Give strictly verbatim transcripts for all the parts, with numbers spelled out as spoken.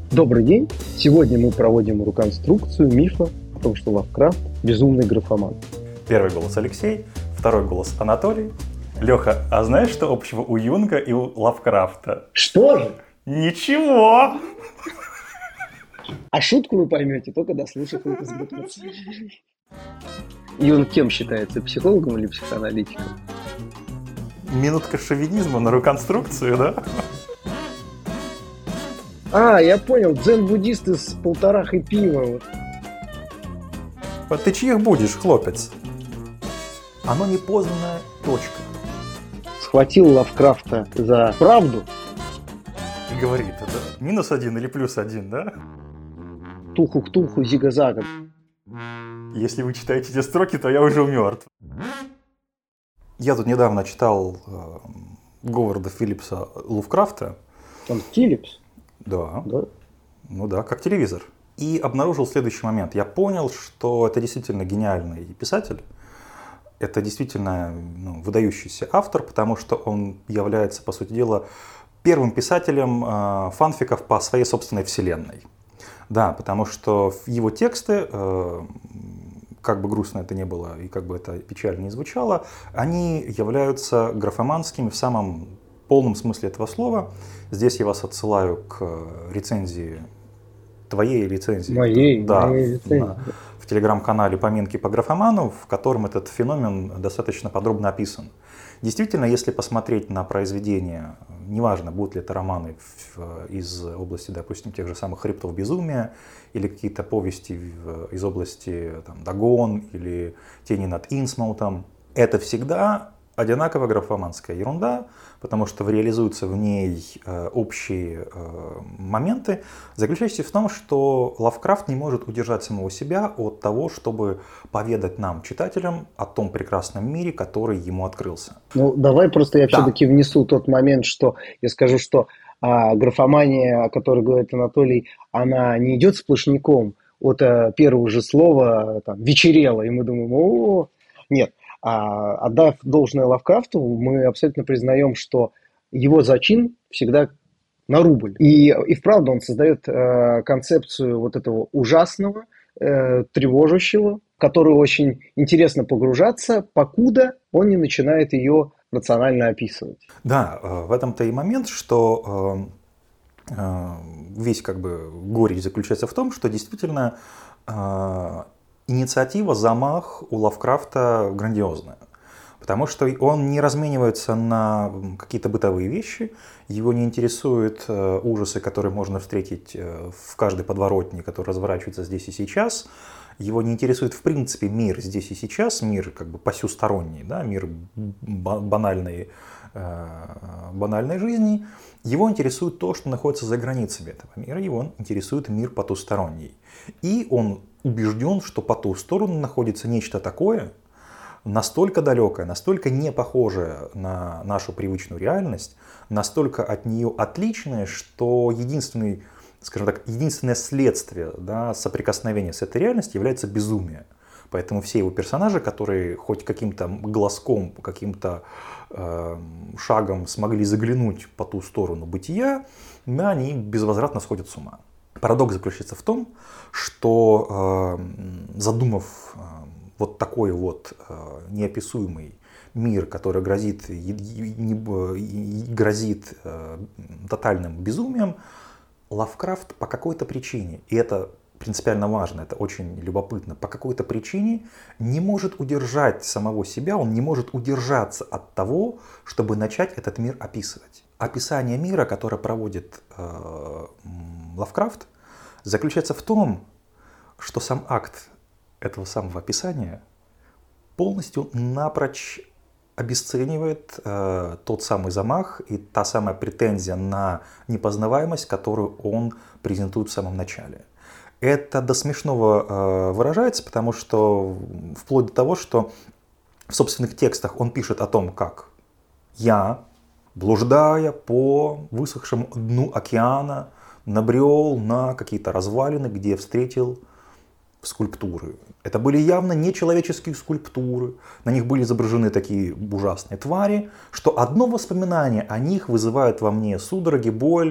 Добрый день! Сегодня мы проводим реконструкцию мифа о том, что Лавкрафт – безумный графоман. Первый голос Алексей, второй голос Анатолий. Леха, а знаешь, что общего у Юнга и у Лавкрафта? Что же? Ничего! А шутку вы поймете, только дослушав выпуск до конца. Юнг кем считается, психологом или психоаналитиком? Минутка шовинизма на реконструкцию, да? А, я понял, дзен-буддисты с полторахой пива. Вот. А ты чьих будешь, хлопец? Оно непознанная точка. Схватил Лавкрафта за правду. И говорит, это минус один или плюс один, да? Туху к туху, зига-зага. Если вы читаете эти строки, то я уже мертв. Я тут недавно читал э, Говарда Филлипса Лавкрафта. Он Филлипс? Да. да. Ну да, как телевизор. И обнаружил следующий момент. Я понял, что это действительно гениальный писатель. Это действительно ну, выдающийся автор, потому что он является, по сути дела, первым писателем э, фанфиков по своей собственной вселенной. Да, потому что его тексты, э, как бы грустно это ни было и как бы это печально ни звучало, они являются графоманскими в самом полном смысле этого слова. Здесь я вас отсылаю к рецензии, твоей рецензии. Моей, да, моей рецензии. На, в телеграм-канале «Поминки по графоману», в котором этот феномен достаточно подробно описан. Действительно, если посмотреть на произведения, неважно, будут ли это романы в, из области, допустим, тех же самых «Хребтов безумия», или какие-то повести в, из области там, «Дагон» или «Тени над Инсмаутом», это всегда одинаково графоманская ерунда, потому что реализуются в ней э, общие э, моменты, заключающиеся в том, что Лавкрафт не может удержать самого себя от того, чтобы поведать нам, читателям, о том прекрасном мире, который ему открылся. Ну, давай просто я да. все-таки внесу тот момент, что я скажу, что а, графомания, о которой говорит Анатолий, она не идет сплошняком от а, первого же слова там, «вечерело», и мы думаем, о, нет. А, отдав должное Лавкрафту, мы абсолютно признаем, что его зачин всегда на рубль. И, и вправду он создает э, концепцию вот этого ужасного, э, тревожащего, в которую очень интересно погружаться, покуда он не начинает ее рационально описывать. Да, в этом-то и момент, что э, э, весь как бы горечь заключается в том, что действительно э, инициатива, замах у Лавкрафта грандиозная. Потому что он не разменивается на какие-то бытовые вещи, его не интересуют э, ужасы, которые можно встретить э, в каждой подворотне, которая разворачивается здесь и сейчас. Его не интересует в принципе мир здесь и сейчас, мир как бы посюсторонний, да, мир банальной, э, банальной жизни. Его интересует то, что находится за границами этого мира, его интересует мир потусторонний. И он убежден, что по ту сторону находится нечто такое, настолько далекое, настолько не похожее на нашу привычную реальность, настолько от нее отличное, что единственный, скажем так, единственное следствие, да, соприкосновения с этой реальностью является безумие. Поэтому все его персонажи, которые хоть каким-то глазком, каким-то э, шагом смогли заглянуть по ту сторону бытия, да, они безвозвратно сходят с ума. Парадокс заключается в том, что э, задумав э, вот такой вот э, неописуемый мир, который грозит, е, не, грозит э, тотальным безумием, Лавкрафт по какой-то причине, и это принципиально важно, это очень любопытно, по какой-то причине не может удержать самого себя, он не может удержаться от того, чтобы начать этот мир описывать. Описание мира, которое проводит э, Лавкрафт, заключается в том, что сам акт этого самого описания полностью напрочь обесценивает э, тот самый замах и та самая претензия на непознаваемость, которую он презентует в самом начале. Это до смешного э, выражается, потому что вплоть до того, что в собственных текстах он пишет о том, как я, блуждая по высохшему дну океана, набрел на какие-то развалины, где встретил скульптуры. Это были явно нечеловеческие скульптуры, на них были изображены такие ужасные твари, что одно воспоминание о них вызывает во мне судороги, боль,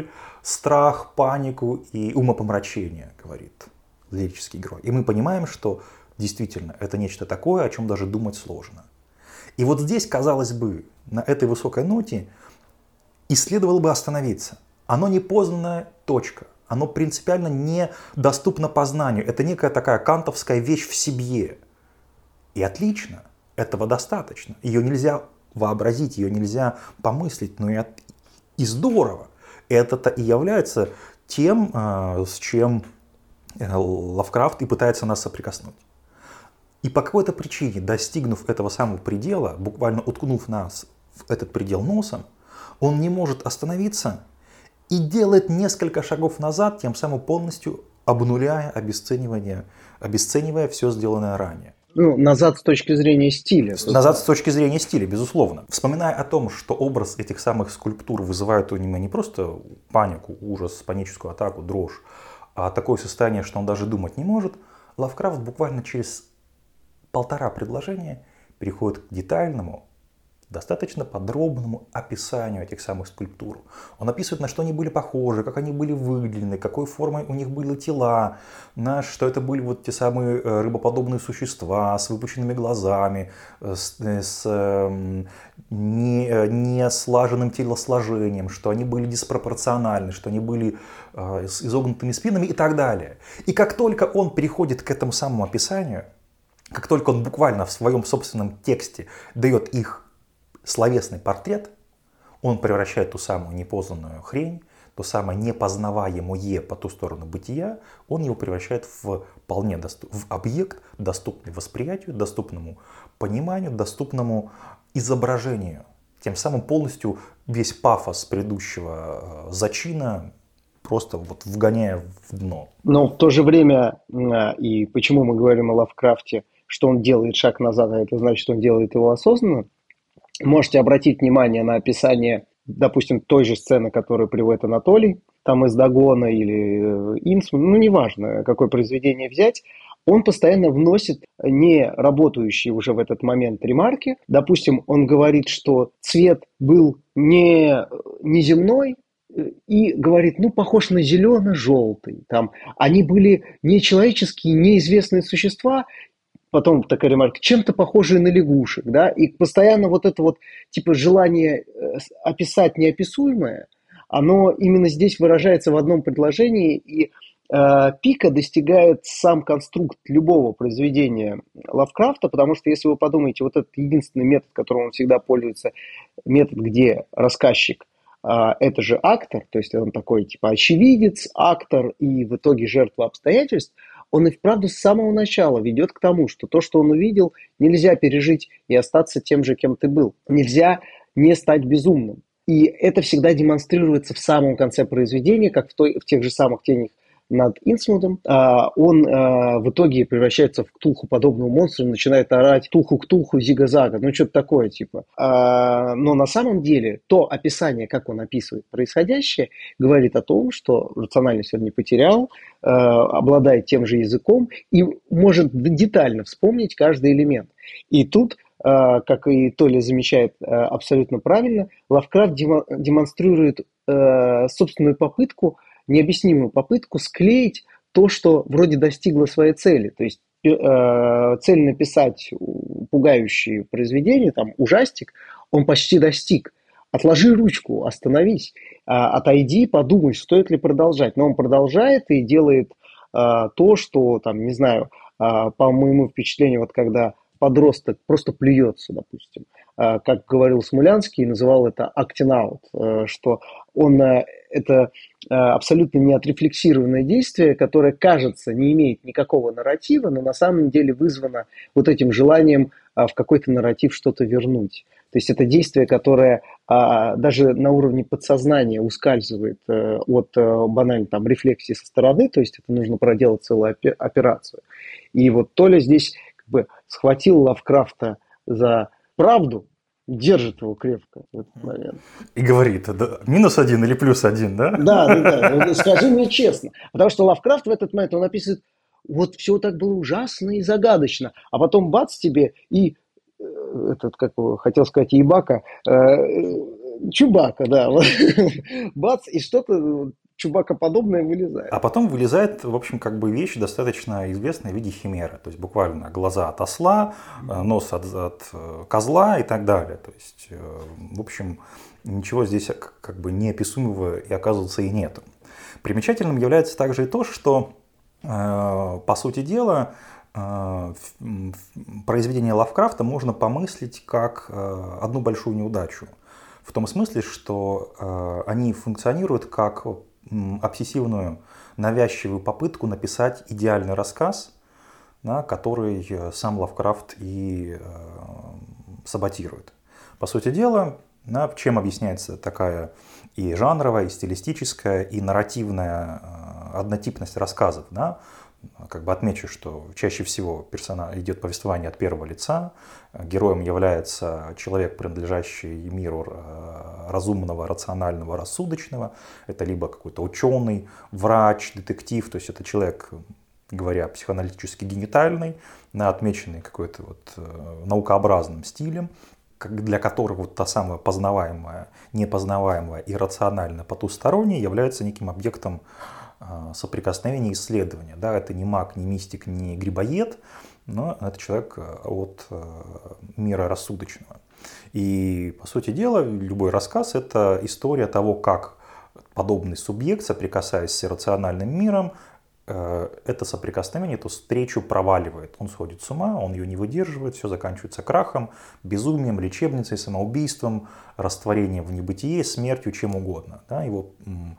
страх, панику и умопомрачение, говорит лирический герой. И мы понимаем, что действительно это нечто такое, о чем даже думать сложно. И вот здесь, казалось бы, на этой высокой ноте и следовало бы остановиться. Оно непознанная точка, оно принципиально недоступно познанию. Это некая такая кантовская вещь в себе. И отлично, этого достаточно. Ее нельзя вообразить, ее нельзя помыслить, но и, от... и здорово. Это-то и является тем, с чем Лавкрафт и пытается нас соприкоснуть. И по какой-то причине, достигнув этого самого предела, буквально уткнув нас в этот предел носом, он не может остановиться и делает несколько шагов назад, тем самым полностью обнуляя, обесценивая, обесценивая все сделанное ранее. Ну, назад с точки зрения стиля. Назад с точки зрения стиля, безусловно. Вспоминая о том, что образ этих самых скульптур вызывает у него не просто панику, ужас, паническую атаку, дрожь, а такое состояние, что он даже думать не может, Лавкрафт буквально через полтора предложения переходит к детальному, достаточно подробному описанию этих самых скульптур. Он описывает, на что они были похожи, как они были выглядены, какой формой у них были тела, на что это были вот те самые рыбоподобные существа с выпученными глазами, с, с не, не слаженным телосложением, что они были диспропорциональны, что они были э, с изогнутыми спинами и так далее. И как только он переходит к этому самому описанию, как только он буквально в своем собственном тексте дает их словесный портрет, он превращает ту самую непознанную хрень, то самое непознаваемое по ту сторону бытия, он его превращает в вполне доступ, в объект, доступный восприятию, доступному пониманию, доступному изображению. Тем самым полностью весь пафос предыдущего зачина просто вот вгоняя в дно. Но в то же время, и почему мы говорим о Лавкрафте, что он делает шаг назад, а это значит, что он делает его осознанно, можете обратить внимание на описание, допустим, той же сцены, которую приводит Анатолий, там из Дагона или Инсман, ну неважно, какое произведение взять, он постоянно вносит не работающие уже в этот момент ремарки. Допустим, он говорит, что цвет был не неземной, и говорит, ну, похож на зелено-желтый. Там, они были нечеловеческие, неизвестные существа, потом такая ремарка, чем-то похожие на лягушек, да, и постоянно вот это вот, типа, желание описать неописуемое, оно именно здесь выражается в одном предложении, и э, пика достигает сам конструкт любого произведения Лавкрафта, потому что, если вы подумаете, вот этот единственный метод, которым он всегда пользуется, метод, где рассказчик э, это же актор, то есть он такой, типа, очевидец, актор и в итоге жертва обстоятельств, он и вправду с самого начала ведет к тому, что то, что он увидел, нельзя пережить и остаться тем же, кем ты был. Нельзя не стать безумным. И это всегда демонстрируется в самом конце произведения, как в, той, в тех же самых «Тенях над Инсмутом». Он в итоге превращается в ктулху-подобного монстра, начинает орать «Ктулху-ктулху, зига-зага», ну что-то такое типа. Но на самом деле то описание, как он описывает происходящее, говорит о том, что рациональность он не потерял, обладает тем же языком и может детально вспомнить каждый элемент. И тут, как и Толя замечает абсолютно правильно, Лавкрафт демонстрирует собственную попытку, необъяснимую попытку склеить то, что вроде достигло своей цели. То есть цель написать пугающее произведение, там, ужастик, он почти достиг. Отложи ручку, остановись, отойди, подумай, стоит ли продолжать. Но он продолжает и делает то, что, там, не знаю, по моему впечатлению, вот когда подросток просто плюется, допустим, как говорил Смолянский, называл это acting out, что он, это абсолютно неотрефлексированное действие, которое, кажется, не имеет никакого нарратива, но на самом деле вызвано вот этим желанием в какой-то нарратив что-то вернуть. То есть это действие, которое даже на уровне подсознания ускальзывает от банальной там рефлексии со стороны, то есть это нужно проделать целую операцию. И вот Толя здесь как бы схватил Лавкрафта за правду, держит его крепко в этот момент. И говорит, да, минус один или плюс один, да? Да, да, да. Скажи мне честно. Потому что Лавкрафт в этот момент, он описывает, вот все так было ужасно и загадочно. А потом бац тебе и, этот, как хотел сказать, Ебака, э, Чубака, да. Бац, и что-то чубакоподобное вылезает. А потом вылезает, в общем, как бы вещь достаточно известная в виде химеры. То есть буквально глаза от осла, нос от, от козла и так далее. То есть, в общем, ничего здесь как бы неописуемого и оказывается и нету. Примечательным является также и то, что, по сути дела, произведение Лавкрафта можно помыслить как одну большую неудачу. В том смысле, что они функционируют как обсессивную, навязчивую попытку написать идеальный рассказ, да, который сам Лавкрафт и саботирует. По сути дела, да, чем объясняется такая и жанровая, и стилистическая, и нарративная однотипность рассказов. Да? Как бы отмечу, что чаще всего персонаж идет повествование от первого лица, героем является человек, принадлежащий миру разумного, рационального, рассудочного. Это либо какой-то ученый, врач, детектив, то есть это человек, говоря психоаналитически генитальный, отмеченный какой-то вот наукообразным стилем, для которых вот та самая познаваемая, непознаваемая и рационально потусторонняя является неким объектом соприкосновения и исследования. Да, это не маг, не мистик, не грибоед, но это человек от мира рассудочного. И, по сути дела, любой рассказ – это история того, как подобный субъект, соприкасаясь с рациональным миром, это соприкосновение, эту встречу проваливает. Он сходит с ума, он ее не выдерживает, все заканчивается крахом, безумием, лечебницей, самоубийством, растворением в небытие, смертью, чем угодно. Да, его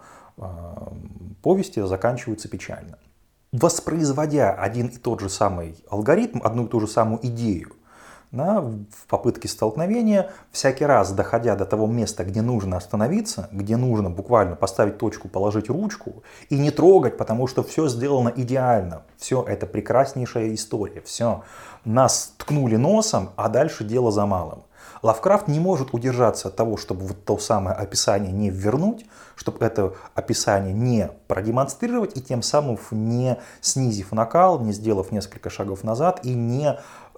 повести заканчиваются печально. Воспроизводя один и тот же самый алгоритм, одну и ту же самую идею, да, в попытке столкновения, всякий раз доходя до того места, где нужно остановиться, где нужно буквально поставить точку, положить ручку и не трогать, потому что все сделано идеально. Все это прекраснейшая история. Все. Нас ткнули носом, а дальше дело за малым. Лавкрафт не может удержаться от того, чтобы вот то самое описание не ввернуть, чтобы это описание не продемонстрировать и тем самым не снизив накал, не сделав несколько шагов назад и не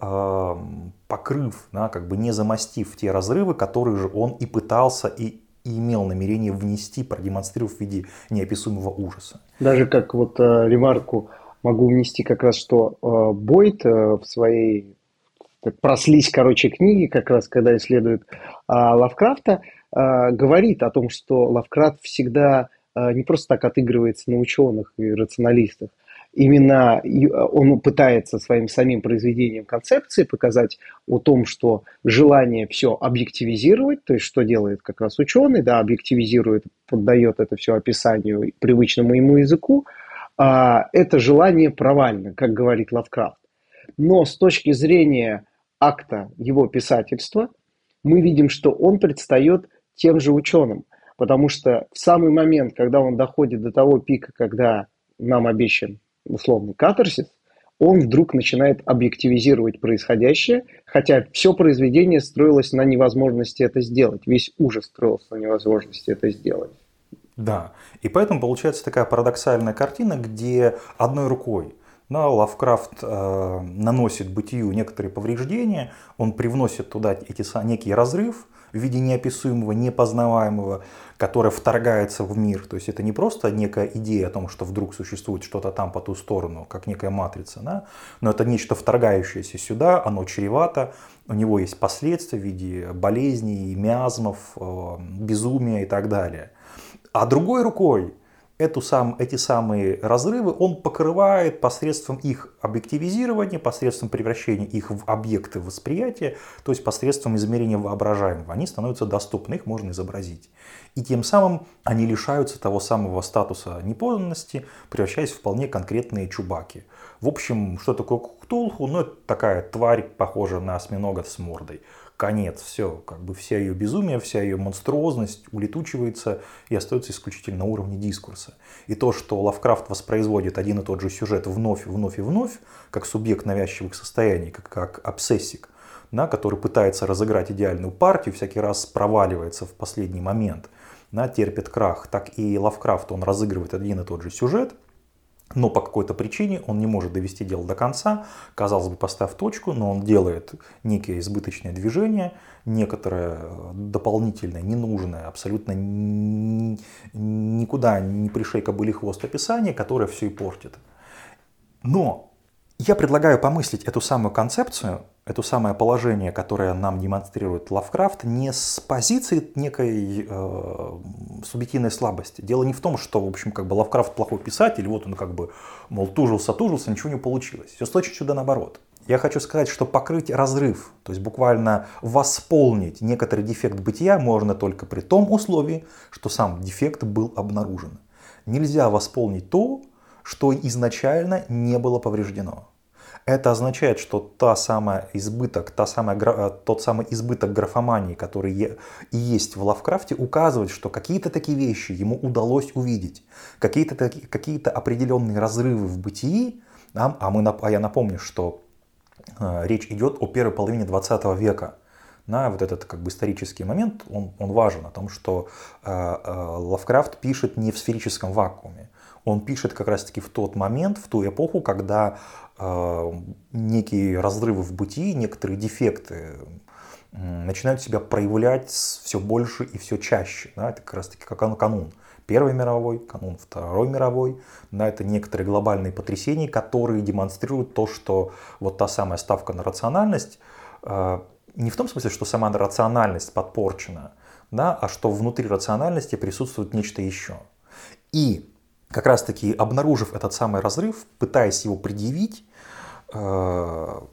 э, покрыв, да, как бы не замостив те разрывы, которые же он и пытался и, и имел намерение внести, продемонстрировав в виде неописуемого ужаса. Даже как вот э, ремарку могу внести как раз, что э, Бойд э, в своей так, прослись, короче, книги, как раз когда исследует а, Лавкрафта, а, говорит о том, что Лавкрафт всегда а, не просто так отыгрывается на ученых и рационалистах. Именно он пытается своим самим произведением концепции показать о том, что желание все объективизировать, то есть что делает как раз ученый, да, объективизирует, поддает это все описанию привычному ему языку, а, это желание провально, как говорит Лавкрафт. Но с точки зрения акта его писательства, мы видим, что он предстает тем же ученым. Потому что в самый момент, когда он доходит до того пика, когда нам обещан условный катарсис, он вдруг начинает объективизировать происходящее, хотя все произведение строилось на невозможности это сделать. Весь ужас строился на невозможности это сделать. Да, и поэтому получается такая парадоксальная картина, где одной рукой да, Лавкрафт э, наносит бытию некоторые повреждения, он привносит туда эти, некий разрыв в виде неописуемого, непознаваемого, которое вторгается в мир. То есть это не просто некая идея о том, что вдруг существует что-то там по ту сторону, как некая матрица, да? Но это нечто вторгающееся сюда, оно чревато, у него есть последствия в виде болезней, миазмов, э, безумия и так далее. А другой рукой Эту сам, эти самые разрывы он покрывает посредством их объективизирования, посредством превращения их в объекты восприятия, то есть посредством измерения воображаемого. Они становятся доступны, их можно изобразить. И тем самым они лишаются того самого статуса непознанности, превращаясь в вполне конкретные чубаки. В общем, что такое Ктулху? Ну, это такая тварь, похожая на осьминога с мордой. Конец, все, как бы вся ее безумие, вся ее монструозность улетучивается и остается исключительно на уровне дискурса. И то, что Лавкрафт воспроизводит один и тот же сюжет вновь, вновь и вновь, как субъект навязчивых состояний, как, как обсессик, да, который пытается разыграть идеальную партию, всякий раз проваливается в последний момент, да, терпит крах, так и Лавкрафт, он разыгрывает один и тот же сюжет, но по какой-то причине он не может довести дело до конца. Казалось бы, поставь точку, но он делает некие избыточные движения, некоторое дополнительное, ненужное, абсолютно никуда не пришей кобыли хвост описание, которое все и портит. Но я предлагаю помыслить эту самую концепцию, это самое положение, которое нам демонстрирует Лавкрафт, не с позиции некой э, субъективной слабости. Дело не в том, что, в общем, как бы Лавкрафт плохой писатель, вот он как бы, мол, тужился, тужился, ничего не получилось. Все точно сюда наоборот. Я хочу сказать, что покрыть разрыв, то есть буквально восполнить некоторый дефект бытия можно только при том условии, что сам дефект был обнаружен. Нельзя восполнить то, что изначально не было повреждено. Это означает, что та самая избыток, та самая, тот самый избыток графомании, который и есть в Лавкрафте, указывает, что какие-то такие вещи ему удалось увидеть, какие-то, какие-то определенные разрывы в бытии, а, мы, а я напомню, что э, речь идет о первой половине двадцатого века. На вот этот как бы исторический момент, он, он важен, о том, что э, э, Лавкрафт пишет не в сферическом вакууме. Он пишет как раз-таки в тот момент, в ту эпоху, когда э, некие разрывы в бытии, некоторые дефекты э, начинают себя проявлять все больше и все чаще. Да? Это как раз-таки как канун Первой мировой, канун Второй мировой. Да? Это некоторые глобальные потрясения, которые демонстрируют то, что вот та самая ставка на рациональность, э, не в том смысле, что сама рациональность подпорчена, да? А что внутри рациональности присутствует нечто еще. И как раз таки обнаружив этот самый разрыв, пытаясь его предъявить, он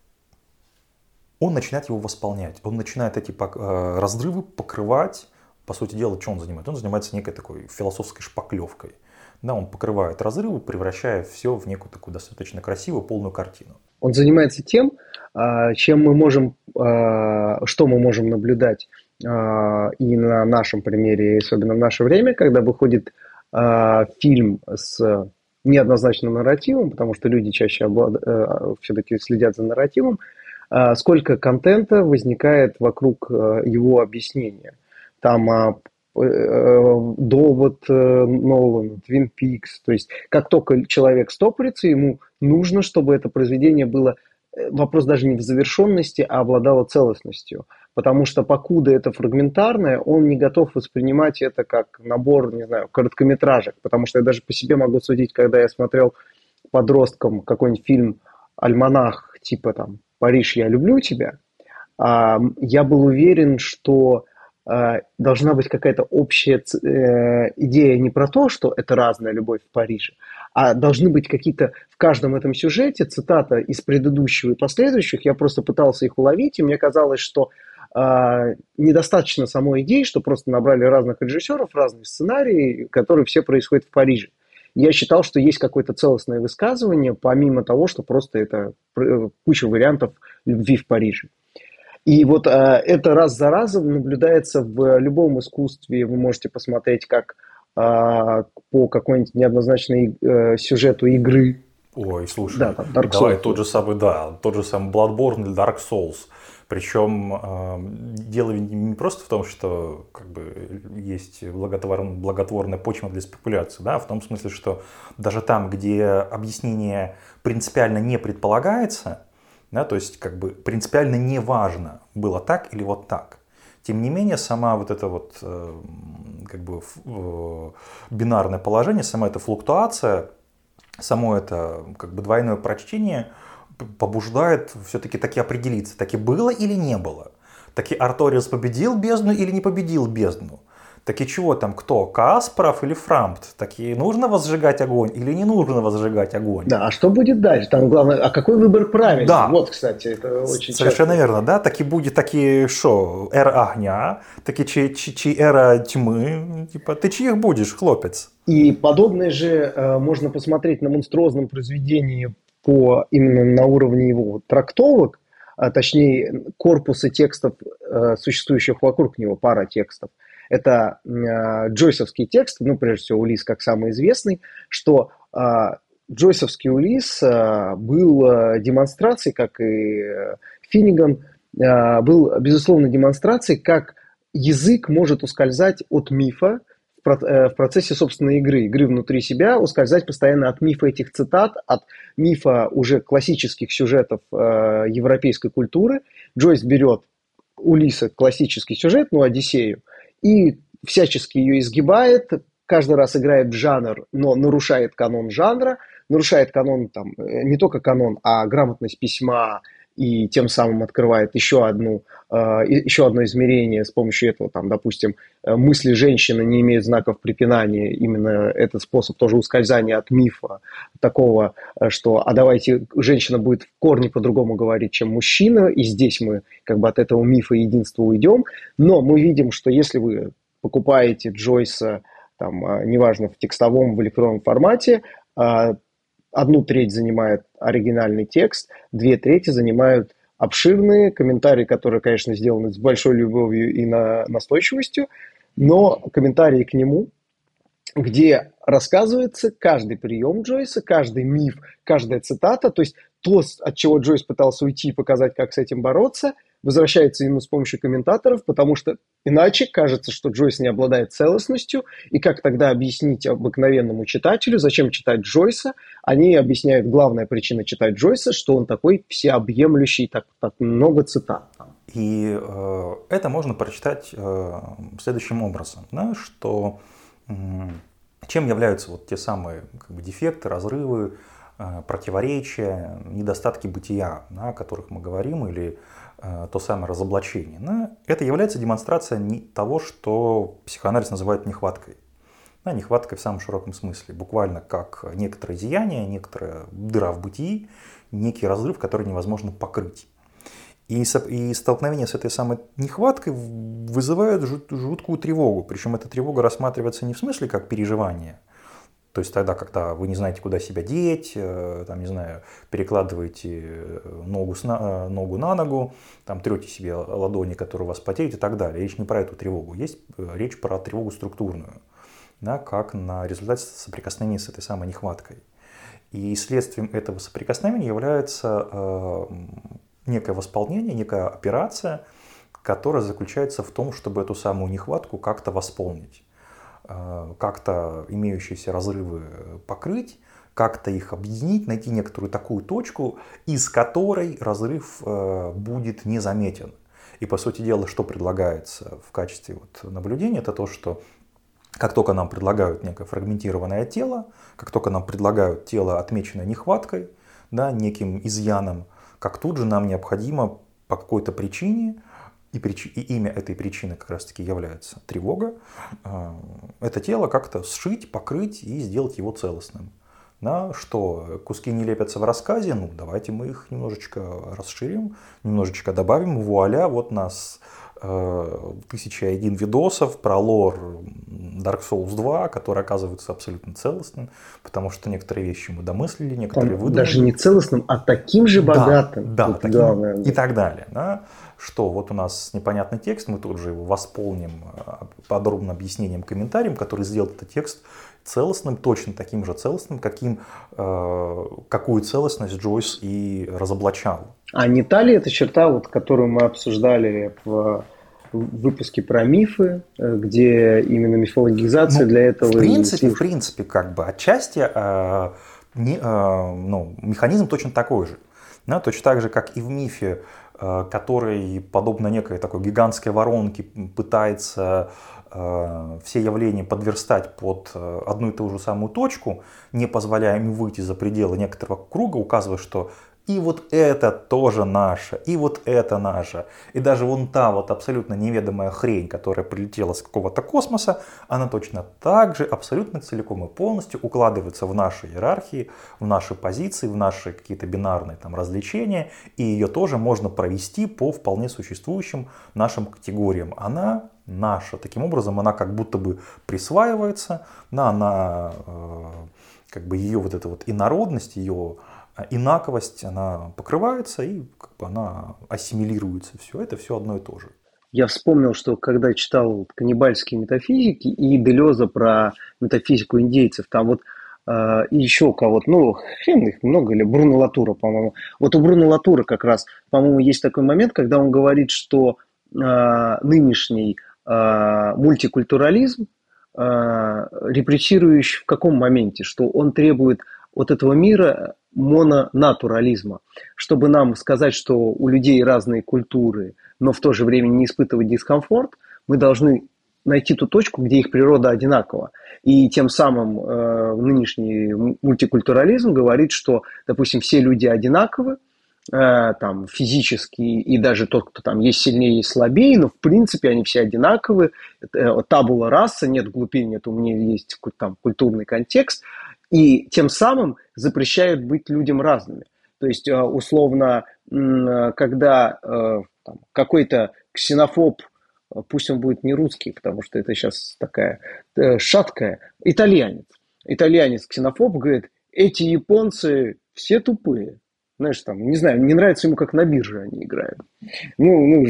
начинает его восполнять. Он начинает эти разрывы покрывать. По сути дела, что он занимается? Он занимается некой такой философской шпаклевкой. Да, он покрывает разрывы, превращая все в некую такую достаточно красивую, полную картину. Он занимается тем, чем мы можем, что мы можем наблюдать и на нашем примере, особенно в наше время, когда выходит фильм с неоднозначным нарративом, потому что люди чаще облад... все-таки следят за нарративом, сколько контента возникает вокруг его объяснения. Там довод Нолана, Твин Пикс. То есть как только человек стопорится, ему нужно, чтобы это произведение было, вопрос даже не в завершенности, а обладало целостностью. Потому что покуда это фрагментарное, он не готов воспринимать это как набор, не знаю, короткометражек. Потому что я даже по себе могу судить, когда я смотрел подростком какой-нибудь фильм «Альманах», типа там «Париж, я люблю тебя», я был уверен, что должна быть какая-то общая идея не про то, что это разная любовь в Париже, а должны быть какие-то в каждом этом сюжете цитата из предыдущего и последующих. Я просто пытался их уловить, и мне казалось, что э, недостаточно самой идеи, что просто набрали разных режиссеров, разные сценарии, которые все происходят в Париже. Я считал, что есть какое-то целостное высказывание, помимо того, что просто это куча вариантов любви в Париже. И вот э, это раз за разом наблюдается в любом искусстве. Вы можете посмотреть, как э, по какой-нибудь неоднозначной э, сюжету игры. Ой, слушай, да, там, Dark давай Souls. тот же самый, да, тот же самый Bloodborne или Dark Souls. Причем э, дело не просто в том, что как бы, есть благотворная, благотворная почва для спекуляций, да, в том смысле, что даже там, где объяснение принципиально не предполагается, да, то есть как бы принципиально не важно, было так или вот так. Тем не менее, сама вот это вот э, как бы э, бинарное положение, сама эта флуктуация, само это как бы двойное прочтение побуждает все-таки таки определиться, таки было или не было. Таки Арториус победил бездну или не победил бездну. Таки чего там, кто, Каспаров или Фрампт? Таки нужно возжигать огонь или не нужно возжигать огонь? Да, а что будет дальше? Там главное, а какой выбор правильный? Да. Вот, кстати, это очень Совершенно часто. верно, да, таки будет таки шо, эра огня, таки чи, чи, чи эра тьмы, типа, ты чьих будешь, хлопец? И подобное же э, можно посмотреть на монструозном произведении по, именно на уровне его трактовок, а точнее корпуса текстов, э, существующих вокруг него, пара текстов. Это э, джойсовский текст, ну, прежде всего, Улисс как самый известный, что э, джойсовский Улисс э, был э, демонстрацией, как и э, Финниган, э, был, безусловно, демонстрацией, как язык может ускользать от мифа в процессе собственной игры, игры внутри себя, ускользать постоянно от мифа этих цитат, от мифа уже классических сюжетов э, европейской культуры. Джойс берет Улисса, классический сюжет, ну, Одиссею, и всячески ее изгибает, каждый раз играет в жанр, но нарушает канон жанра, нарушает канон, там, не только канон, а грамотность письма, и тем самым открывает еще, одну, еще одно измерение с помощью этого, там, допустим, мысли женщины не имеют знаков препинания, именно этот способ тоже ускользания от мифа такого, что а давайте женщина будет в корне по-другому говорить, чем мужчина, и здесь мы как бы от этого мифа единства уйдем, но мы видим, что если вы покупаете Джойса, там, неважно, в текстовом, в электронном формате, одну треть занимает оригинальный текст, две трети занимают обширные комментарии, которые, конечно, сделаны с большой любовью и на, настойчивостью, но комментарии к нему, где рассказывается каждый прием Джойса, каждый миф, каждая цитата, то есть то, от чего Джойс пытался уйти и показать, как с этим бороться, возвращается ему с помощью комментаторов, потому что иначе кажется, что Джойс не обладает целостностью, и как тогда объяснить обыкновенному читателю, зачем читать Джойса? Они объясняют, главная причина читать Джойса, что он такой всеобъемлющий, так, так много цитат. И э, это можно прочитать э, следующим образом, да, что э, чем являются вот те самые как бы, дефекты, разрывы, э, противоречия, недостатки бытия, да, о которых мы говорим, или то самое разоблачение. Но это является демонстрацией того, что психоанализ называет нехваткой. Да, нехваткой в самом широком смысле. Буквально как некоторое зияние, некоторая дыра в бытии, некий разрыв, который невозможно покрыть. И, и столкновение с этой самой нехваткой вызывает жуткую тревогу. Причем эта тревога рассматривается не в смысле как переживание, то есть тогда, когда вы не знаете, куда себя деть, там, не знаю, перекладываете ногу, на, ногу на ногу, там, трете себе ладони, которые у вас потеют и так далее. Речь не про эту тревогу, есть речь про тревогу структурную, да, как на результате соприкосновения с этой самой нехваткой. И следствием этого соприкосновения является э, некое восполнение, некая операция, которая заключается в том, чтобы эту самую нехватку как-то восполнить. Как-то имеющиеся разрывы покрыть, как-то их объединить, найти некоторую такую точку, из которой разрыв будет незаметен. И по сути дела, что предлагается в качестве вот наблюдения, это то, что как только нам предлагают некое фрагментированное тело, как только нам предлагают тело, отмеченное нехваткой, да, неким изъяном, как тут же нам необходимо по какой-то причине, И, прич... и имя этой причины как раз-таки является тревога, это тело как-то сшить, покрыть и сделать его целостным. Да, что куски не лепятся в рассказе, ну давайте мы их немножечко расширим, немножечко добавим, вуаля, вот нас э, тысяча и один видосов про лор Dark Souls два, который оказывается абсолютно целостным, потому что некоторые вещи мы домыслили, некоторые выдумали. Даже не целостным, а таким же богатым. Да, да таким, и так далее. Да. Что вот у нас непонятный текст, мы тут же его восполним подробным объяснением, комментарием, который сделает этот текст целостным, точно таким же целостным, каким, э, какую целостность Джойс и разоблачал. А не та ли эта черта, вот, которую мы обсуждали в выпуске про мифы, где именно мифологизация ну, для этого... В принципе, в принципе, как бы отчасти э, не, э, ну, механизм точно такой же. Да, точно так же, как и в мифе, который, подобно некой такой гигантской воронке, пытается э, все явления подверстать под одну и ту же самую точку, не позволяя им выйти за пределы некоторого круга, указывая, что и вот это тоже наше, и вот это наше. И даже вон та вот абсолютно неведомая хрень, которая прилетела с какого-то космоса, она точно так же абсолютно целиком и полностью укладывается в наши иерархии, в наши позиции, в наши какие-то бинарные там различения. И ее тоже можно провести по вполне существующим нашим категориям. Она наша. Таким образом, она как будто бы присваивается, да, она, э, как бы ее вот эта вот инородность, ее инаковость, она покрывается и как бы она ассимилируется. Все это все одно и то же. Я вспомнил, что когда читал каннибальские метафизики и Делеза про метафизику индейцев, там вот э, и еще у кого-то, ну, хрен их много, или Бруно Латура, по-моему. Вот у Бруно Латура как раз, по-моему, есть такой момент, когда он говорит, что э, нынешний э, мультикультурализм, репрессирующий в каком моменте? Что он требует от этого мира мононатурализма. Чтобы нам сказать, что у людей разные культуры, но в то же время не испытывать дискомфорт, мы должны найти ту точку, где их природа одинакова. И тем самым э, нынешний мультикультурализм говорит, что, допустим, все люди одинаковы, э, там, физически, и даже тот, кто там есть сильнее, есть слабее, но в принципе они все одинаковы. Э, табула раса, нет глупее, нет умнее, есть там культурный контекст. И тем самым запрещают быть людям разными. То есть, э, условно, э, когда э, там, какой-то ксенофоб, пусть он будет не русский, потому что это сейчас такая э, шаткая, итальянец. Итальянец-ксенофоб говорит, эти японцы все тупые. Знаешь, там, не знаю, не нравится ему, как на бирже они играют. Ну, ну,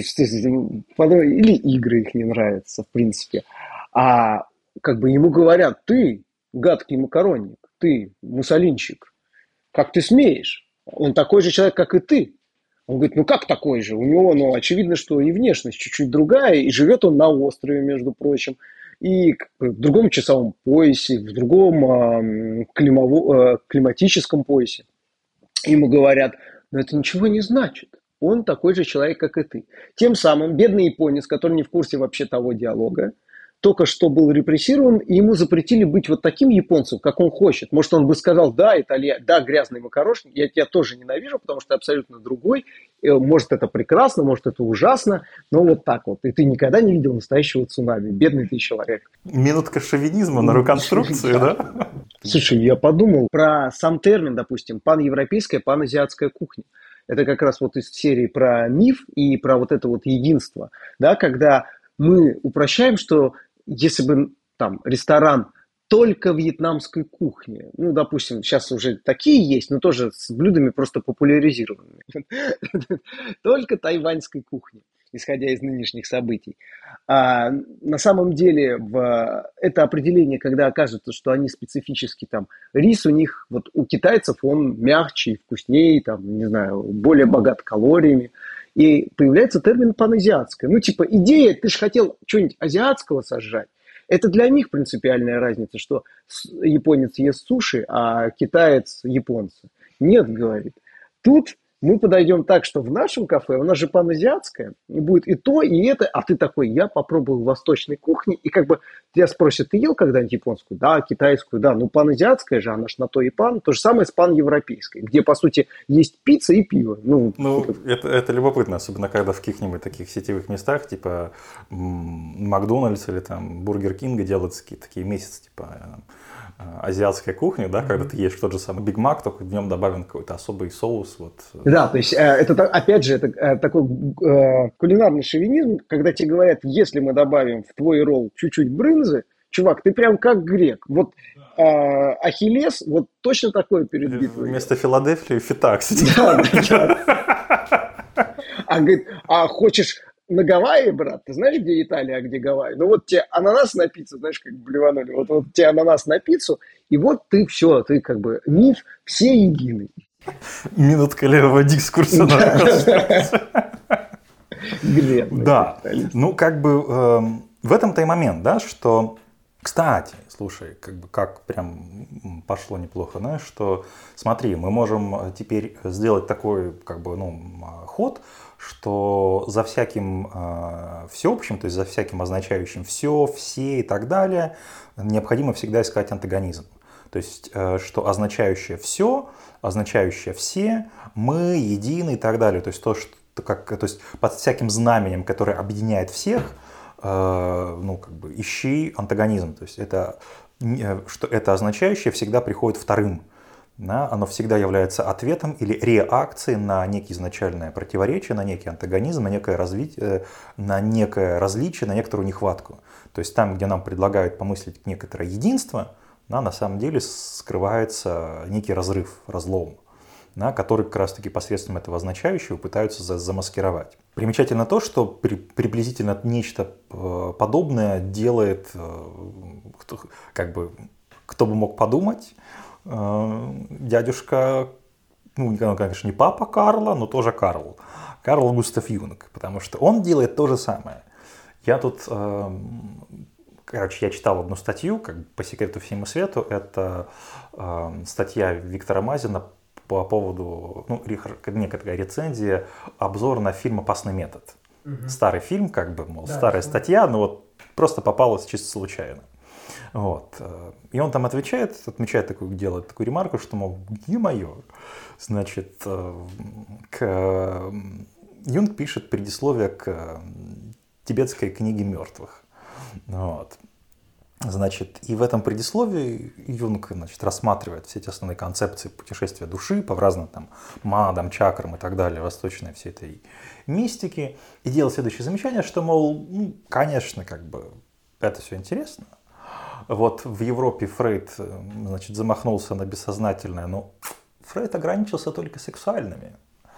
или игры их не нравятся, в принципе. А как бы ему говорят, ты гадкий макаронник, ты муссолинчик, как ты смеешь? Он такой же человек, как и ты. Он говорит, ну как такой же? У него, ну, очевидно, что и внешность чуть-чуть другая, и живет он на острове, между прочим, и в другом часовом поясе, в другом э, климово, э, климатическом поясе. Ему говорят, но это ничего не значит. Он такой же человек, как и ты. Тем самым бедный японец, который не в курсе вообще того диалога, только что был репрессирован, и ему запретили быть вот таким японцем, как он хочет. Может, он бы сказал, да, Италия, да, грязный макарошник, я тебя тоже ненавижу, потому что ты абсолютно другой. Может, это прекрасно, может, это ужасно, но вот так вот. И ты никогда не видел настоящего цунами. Бедный ты человек. Минутка шовинизма на реконструкцию, да? Слушай, я подумал про сам термин, допустим, паневропейская, паназиатская кухня. Это как раз вот из серии про миф и про вот это вот единство, да, когда мы упрощаем, что если бы там ресторан только вьетнамской кухни, ну, допустим, сейчас уже такие есть, но тоже с блюдами просто популяризированными, только тайваньской кухни, исходя из нынешних событий. А на самом деле в это определение, когда окажется, что они специфически там, рис у них, вот у китайцев он мягче, вкуснее, там, не знаю, более богат калориями. И появляется термин паназиатское. Ну, типа, идея, ты же хотел что-нибудь азиатского сожрать. Это для них принципиальная разница, что японец ест суши, а китаец японца. Нет, говорит. Тут мы подойдем так, что в нашем кафе, у нас же паназиатское, будет и то, и это, а ты такой, я попробовал восточной кухни, и как бы тебя спросят, ты ел когда-нибудь японскую? Да, китайскую, да, ну паназиатская же, она ж на то и пан, то же самое с паневропейской, где, по сути, есть пицца и пиво. Ну, ну это, это любопытно, особенно когда в каких-нибудь таких сетевых местах, типа Макдональдс или там Бургер Кинга делают такие месяцы, типа азиатская кухня, да, mm-hmm. когда ты ешь тот же самый Биг Мак, только в нем добавлен какой-то особый соус. Вот. Да, то есть это, опять же, это такой кулинарный шовинизм, когда тебе говорят, если мы добавим в твой ролл чуть-чуть брынзы, чувак, ты прям как грек. Вот а, Ахиллес вот точно такое перед битвой. Вместо Филадельфии фита, кстати. Да, да. А говорит, а хочешь на Гавайи, брат, ты знаешь, где Италия, а где Гавайи? Ну вот тебе ананас на пиццу, знаешь, как блеванули, вот, вот тебе ананас на пиццу, и вот ты все, ты как бы миф, все единый. Минутка левого дискурса. Да, ну как бы в этом-то и момент, да, что, кстати, слушай, как бы как прям пошло неплохо, знаешь, что смотри, мы можем теперь сделать такой, как бы, ну, ход, что за всяким э, всеобщим, то есть за всяким означающим все, все и так далее, необходимо всегда искать антагонизм. То есть, э, что означающее все, означающее все, мы, едины и так далее. То есть, то, что, как, то есть под всяким знаменем, которое объединяет всех, э, ну, как бы, ищи антагонизм. То есть, это, что это означающее всегда приходит вторым. Да, оно всегда является ответом или реакцией на некие изначальное противоречие, на некий антагонизм, на некое, развитие, на некое различие, на некоторую нехватку. То есть там, где нам предлагают помыслить некоторое единство, да, на самом деле скрывается некий разрыв, разлом, да, который как раз-таки посредством этого означающего пытаются замаскировать. Примечательно то, что при, приблизительно нечто подобное делает, как бы, кто бы мог подумать, дядюшка, ну, конечно, не папа Карла, но тоже Карл. Карл Густав Юнг, потому что он делает то же самое. Я тут, короче, я читал одну статью, как бы по секрету всему свету, это э, статья Виктора Мазина по поводу, ну, некоторая рецензия, обзор на фильм «Опасный метод». Угу. Старый фильм, как бы, мол, да, старая статья, но вот просто попалась чисто случайно. Вот. И он там отвечает, отмечает такую, делает такую ремарку, что, мол, е-мое, значит, к... Юнг пишет предисловие к тибетской книге мертвых. Вот. Значит, и в этом предисловии Юнг, значит, рассматривает все эти основные концепции путешествия души по разным там мадам, чакрам и так далее, восточной всей этой мистики, и делает следующее замечание, что, мол, ну, конечно, как бы это все интересно. Вот в Европе Фрейд, значит, замахнулся на бессознательное, но Фрейд ограничился только сексуальными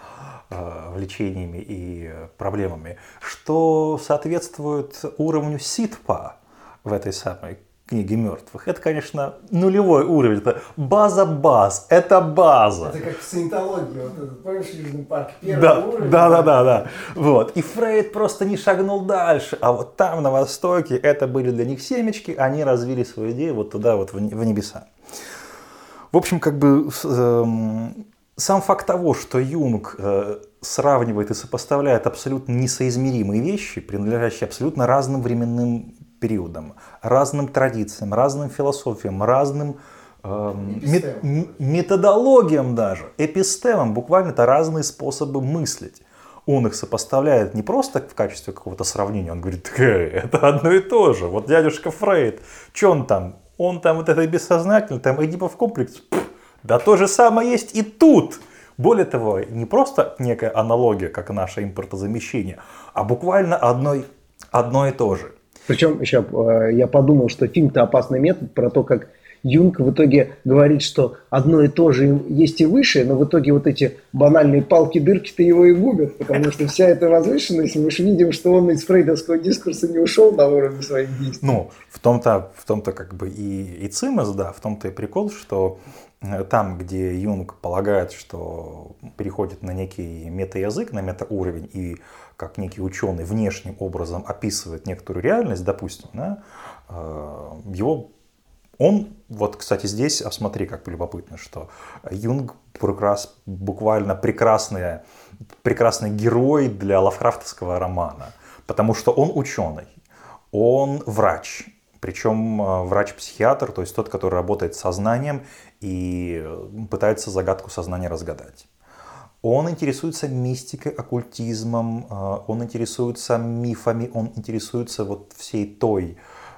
э, влечениями и проблемами, что соответствует уровню Ситпа в этой самой книге мертвых. Это, конечно, нулевой уровень, это база баз, это база. Это как в саентологии, вот этот, помнишь, в Южном парке, первый да, уровень. Да, да, да, да. Вот. И Фрейд просто не шагнул дальше, а вот там, на Востоке, это были для них семечки, они развили свою идею вот туда, вот в небеса. В общем, как бы э, сам факт того, что Юнг э, сравнивает и сопоставляет абсолютно несоизмеримые вещи, принадлежащие абсолютно разным временным периодам, разным традициям, разным философиям, разным э, мет- методологиям даже, эпистемам, буквально это разные способы мыслить. Он их сопоставляет не просто в качестве какого-то сравнения, он говорит, э, это одно и то же, вот дядюшка Фрейд, что он там, он там вот это бессознательно, там Эдипов комплекс, пфф, да то же самое есть и тут. Более того, не просто некая аналогия, как наше импортозамещение, а буквально одно, одно и то же. Причем еще я подумал, что фильм-то «Опасный метод» про то, как Юнг в итоге говорит, что одно и то же есть и выше, но в итоге вот эти банальные палки-дырки-то его и губят, потому что вся эта возвышенность, мы же видим, что он из фрейдовского дискурса не ушел на уровень своих действий. Ну, в том-то, в том-то как бы и, и цимес, да, в том-то и прикол, что там, где Юнг полагает, что переходит на некий метаязык, на метауровень и как некий ученый внешним образом описывает некоторую реальность, допустим, да, его, он, вот, кстати, здесь, а смотри, как любопытно, что Юнг прекрас, буквально прекрасный, прекрасный герой для лавкрафтовского романа, потому что он ученый, он врач, причем врач-психиатр, то есть тот, который работает с сознанием и пытается загадку сознания разгадать. Он интересуется мистикой, оккультизмом, он интересуется мифами, он интересуется вот всей той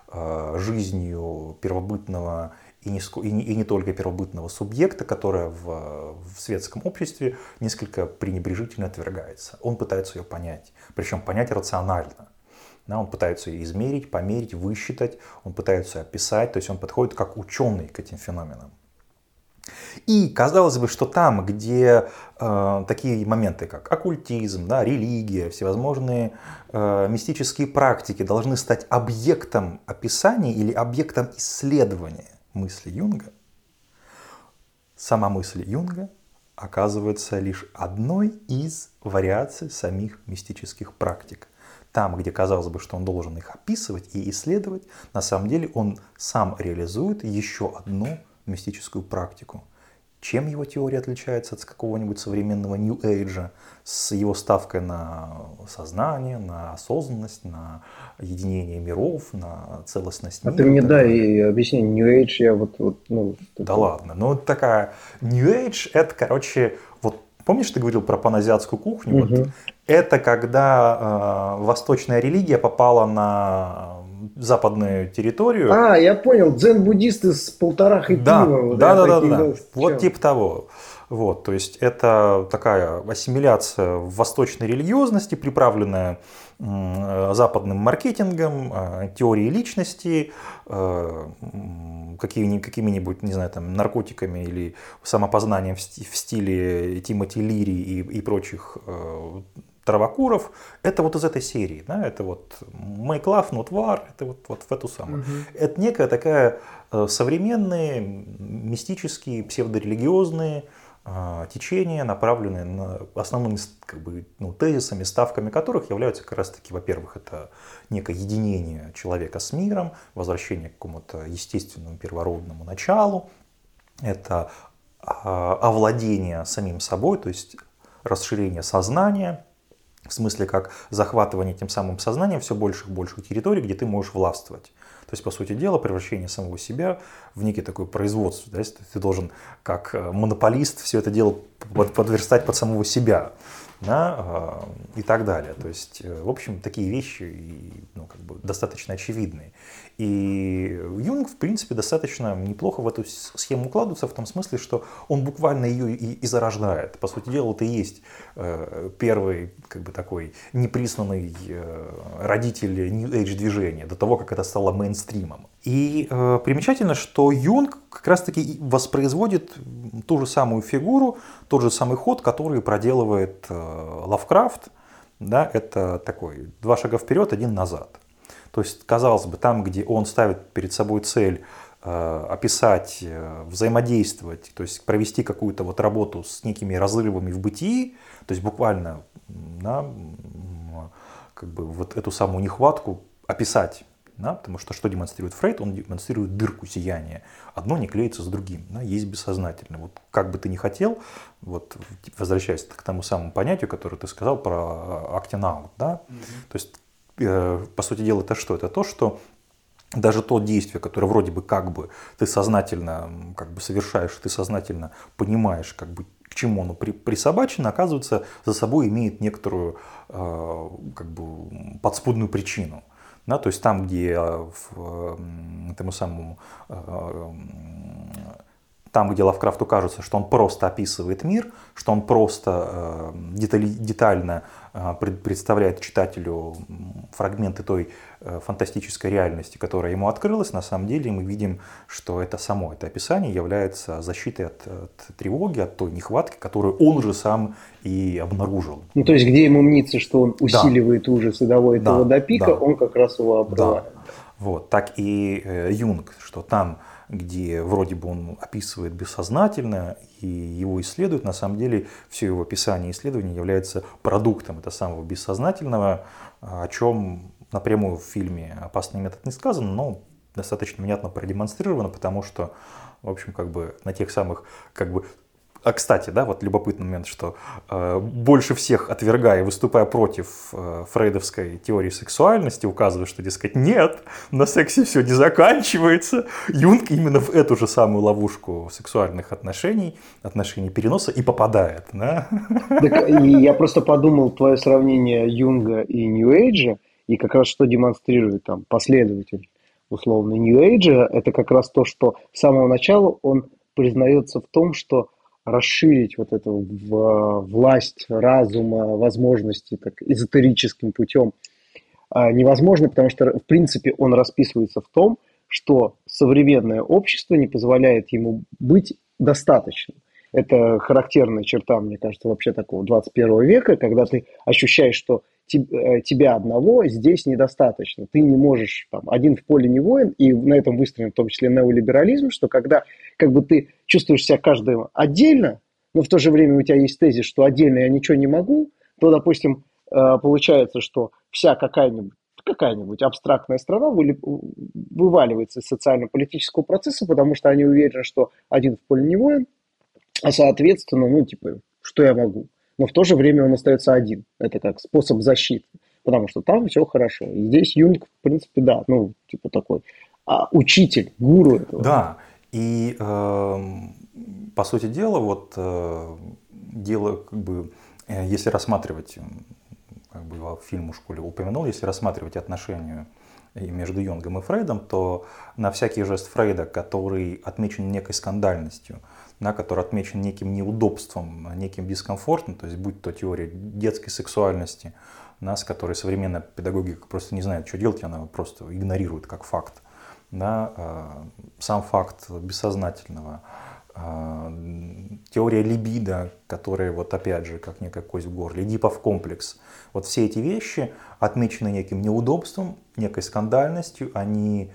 жизнью первобытного и не, и не, и не только первобытного субъекта, которая в, в светском обществе несколько пренебрежительно отвергается. Он пытается ее понять, причем понять рационально. Да, он пытается ее измерить, померить, высчитать, он пытается ее описать, то есть он подходит как ученый к этим феноменам. И казалось бы, что там, где э, такие моменты, как оккультизм, да, религия, всевозможные э, мистические практики должны стать объектом описания или объектом исследования мысли Юнга, сама мысль Юнга оказывается лишь одной из вариаций самих мистических практик. Там, где казалось бы, что он должен их описывать и исследовать, на самом деле он сам реализует еще одну мистическую практику. Чем его теория отличается от какого-нибудь современного New Age, с его ставкой на сознание, на осознанность, на единение миров, на целостность мира? А ты мне дай и объясни, New Age, я вот... вот ну, да такой... ладно, ну такая... New Age это, короче, вот помнишь, ты говорил про паназиатскую кухню? Угу. Вот, это когда э, восточная религия попала на западную территорию. А, я понял, дзен-буддисты с полторахой да, пива. Да, да, да, да, да. Вот типа того. Вот, то есть это такая ассимиляция восточной религиозности, приправленная э, западным маркетингом, э, теорией личности, э, какими, какими-нибудь, не знаю, там, наркотиками или самопознанием в, сти- в стиле Тимоти Лири и, и прочих э, травокуров. Это вот из этой серии, да, это вот Make Love Not War, это вот, вот в эту самую. Угу. Это некая такая э, современные, мистические, псевдорелигиозные течения, направленные на основными как бы, ну, тезисами, ставками которых являются как раз-таки, во-первых, это некое единение человека с миром, возвращение к какому-то естественному первородному началу, это овладение самим собой, то есть расширение сознания, в смысле как захватывание тем самым сознанием все больших и больших территорий, где ты можешь властвовать. То есть, по сути дела, превращение самого себя в некий такой производство. Да? Ты должен, как монополист, все это дело подверстать под самого себя, да? И так далее. То есть, в общем, такие вещи, ну, как бы достаточно очевидные. И Юнг, в принципе, достаточно неплохо в эту схему укладывается в том смысле, что он буквально ее и, и зарождает. По сути дела, это и есть первый, как бы, такой непризнанный родитель New Age движения, до того, как это стало мейнстримом. И э, примечательно, что Юнг как раз-таки воспроизводит ту же самую фигуру, тот же самый ход, который проделывает э, Лавкрафт. Да, это такой два шага вперед, один назад. То есть, казалось бы, там, где он ставит перед собой цель э, описать, э, взаимодействовать, то есть провести какую-то вот работу с некими разрывами в бытии, то есть буквально, да, как бы вот эту самую нехватку описать. Да, потому что что демонстрирует Фрейд? Он демонстрирует дырку сияния. Одно не клеится с другим. Да, есть бессознательно. Вот как бы ты ни хотел, вот, возвращаясь к тому самому понятию, которое ты сказал про acting out. Да? Mm-hmm. То есть, э, по сути дела, это что? Это то, что даже то действие, которое вроде бы как бы ты сознательно как бы совершаешь, ты сознательно понимаешь, как бы, к чему оно при, присобачено, оказывается, за собой имеет некоторую э, как бы подспудную причину. Да, то есть там, где в, тому самому, там, где Лавкрафту кажется, что он просто описывает мир, что он просто детали, детально представляет читателю фрагменты той фантастической реальности, которая ему открылась, на самом деле мы видим, что это само это описание является защитой от, от тревоги, от той нехватки, которую он же сам и обнаружил. Ну, то есть, где ему мнится, что он усиливает да. ужас и доводит да, его до пика, да. он как раз его обрывает. Да. Вот. Так и э, Юнг, что там, где вроде бы он описывает бессознательно и его исследует, на самом деле все его описание и исследование является продуктом этого самого бессознательного, о чем напрямую в фильме «Опасный метод» не сказано, но достаточно внятно продемонстрировано, потому что, в общем, как бы на тех самых, как бы, а, кстати, да, вот любопытный момент, что э, больше всех отвергая, выступая против э, фрейдовской теории сексуальности, указывая, что, дескать, нет, на сексе все не заканчивается, Юнг именно в эту же самую ловушку сексуальных отношений, отношений переноса и попадает. Да? Так, и я просто подумал, твое сравнение Юнга и Нью-Эйджа, и как раз что демонстрирует там последователь условно Нью-Эйджа, это как раз то, что с самого начала он признается в том, что расширить вот эту власть разума, возможности так, эзотерическим путем невозможно, потому что, в принципе, он расписывается в том, что современное общество не позволяет ему быть достаточным. Это характерная черта, мне кажется, вообще такого двадцать первого века, когда ты ощущаешь, что тебя одного здесь недостаточно. Ты не можешь, там, один в поле не воин, и на этом выстроен в том числе неолиберализм, что когда как бы ты чувствуешь себя каждым отдельно, но в то же время у тебя есть тезис, что отдельно я ничего не могу, то, допустим, получается, что вся какая-нибудь какая-нибудь абстрактная страна вываливается из социально-политического процесса, потому что они уверены, что один в поле не воин, а соответственно, ну, типа, что я могу? Но в то же время он остается один. Это как способ защиты, потому что там все хорошо. И здесь Юнг, в принципе, да, ну, типа такой а, учитель, гуру этого. Да, и э, по сути дела, вот э, дело, как бы, э, если рассматривать, как бы в фильме в школе упомянул, если рассматривать отношения между Юнгом и Фрейдом, то на всякий жест Фрейда, который отмечен некой скандальностью, да, который отмечен неким неудобством, неким дискомфортом, то есть будь то теория детской сексуальности, да, с которой современная педагогика просто не знает, что делать, она просто игнорирует как факт. Да, э, сам факт бессознательного, э, теория либидо, которая вот опять же как некая кость в горле, эдипов комплекс, вот все эти вещи отмечены неким неудобством, некой скандальностью, они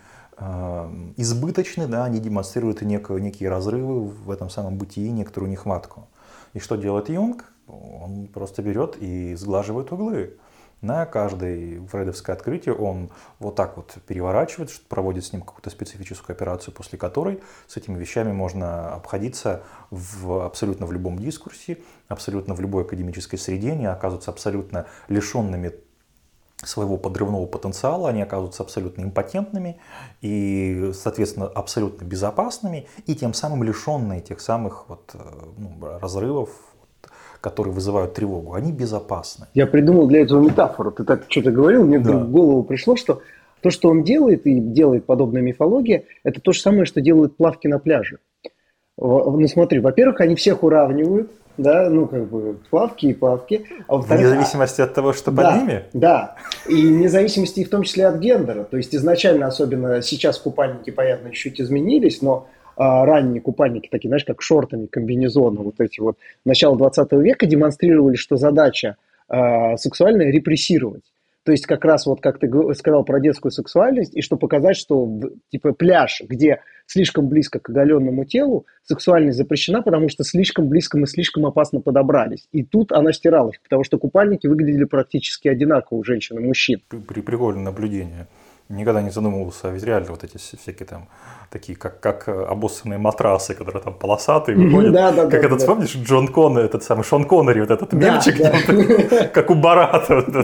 избыточны, да, они демонстрируют некие, некие разрывы в этом самом бытии, некоторую нехватку. И что делает Юнг? Он просто берет и сглаживает углы. На каждое фрейдовское открытие он вот так вот переворачивает, проводит с ним какую-то специфическую операцию, после которой с этими вещами можно обходиться в, абсолютно в любом дискурсе, абсолютно в любой академической среде, они оказываются абсолютно лишенными своего подрывного потенциала, они оказываются абсолютно импотентными и, соответственно, абсолютно безопасными и тем самым лишенные тех самых вот, ну, разрывов, которые вызывают тревогу, они безопасны. Я придумал для этого метафору. Ты так что-то говорил, мне вдруг да. в голову пришло, что то, что он делает, и делает подобная мифология, это то же самое, что делают плавки на пляже. Ну смотри, во-первых, они всех уравнивают, да, ну как бы плавки и плавки. А вне зависимости от того, что да, под ними? Да, и вне зависимости в том числе от гендера. То есть изначально, особенно сейчас купальники, понятно, чуть изменились, но ранние купальники, такие, знаешь, как шортами, комбинезоны, вот эти вот, начала двадцатого века демонстрировали, что задача э, сексуальная репрессировать. То есть как раз вот как ты сказал про детскую сексуальность, и что показать, что типа пляж, где слишком близко к оголенному телу, сексуальность запрещена, потому что слишком близко мы слишком опасно подобрались. И тут она стиралась, потому что купальники выглядели практически одинаково у женщин и мужчин. При, прикольное наблюдение. Никогда не задумывался, а ведь реально вот эти всякие там, такие, как, как обоссанные матрасы, которые там полосатые, выходят. Да, да, как да, этот, да. помнишь, Джон Коннор, этот самый Шон Коннери, вот этот да, мемчик, да. такой, как у Барата. Вот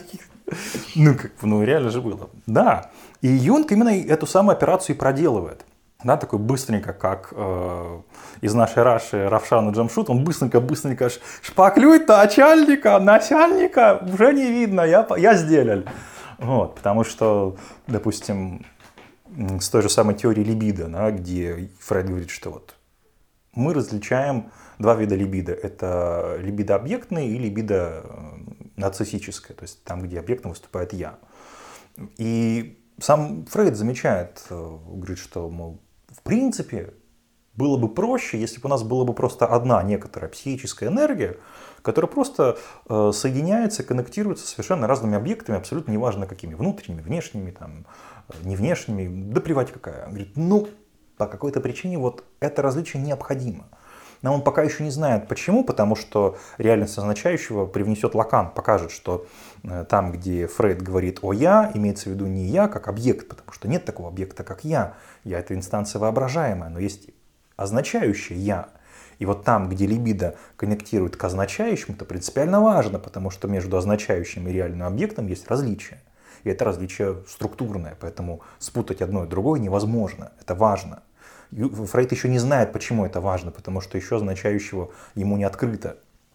ну, как, ну, реально же было. Да, и Юнг именно эту самую операцию и проделывает. Да, такой быстренько, как э, из нашей Раши Равшан Джамшут, он быстренько-быстренько шпаклюет начальника, начальника, уже не видно, я, я сделал. Вот, потому что, допустим, с той же самой теорией либидо, да, где Фрейд говорит, что вот мы различаем два вида либидо. Это либидо объектное и либидо нарциссическое, то есть там, где объектом выступает я. И сам Фрейд замечает, говорит, что, мол, в принципе, было бы проще, если бы у нас была бы просто одна некоторая психическая энергия, которая просто э, соединяется, коннектируется с совершенно разными объектами, абсолютно неважно какими, внутренними, внешними, там, не внешними, да плевать какая. Он говорит, ну, по какой-то причине вот это различие необходимо. Но он пока еще не знает почему, потому что реальность означающего привнесет Лакан, покажет, что э, там, где Фрейд говорит о «я», имеется в виду не «я» как объект, потому что нет такого объекта, как «я». «Я» — это инстанция воображаемая, но есть означающее «я». И вот там, где либидо коннектирует к означающему, это принципиально важно, потому что между означающим и реальным объектом есть различие. И это различие структурное, поэтому спутать одно и другое невозможно. Это важно. Фрейд еще не знает, почему это важно, потому что еще означающего ему не открыто.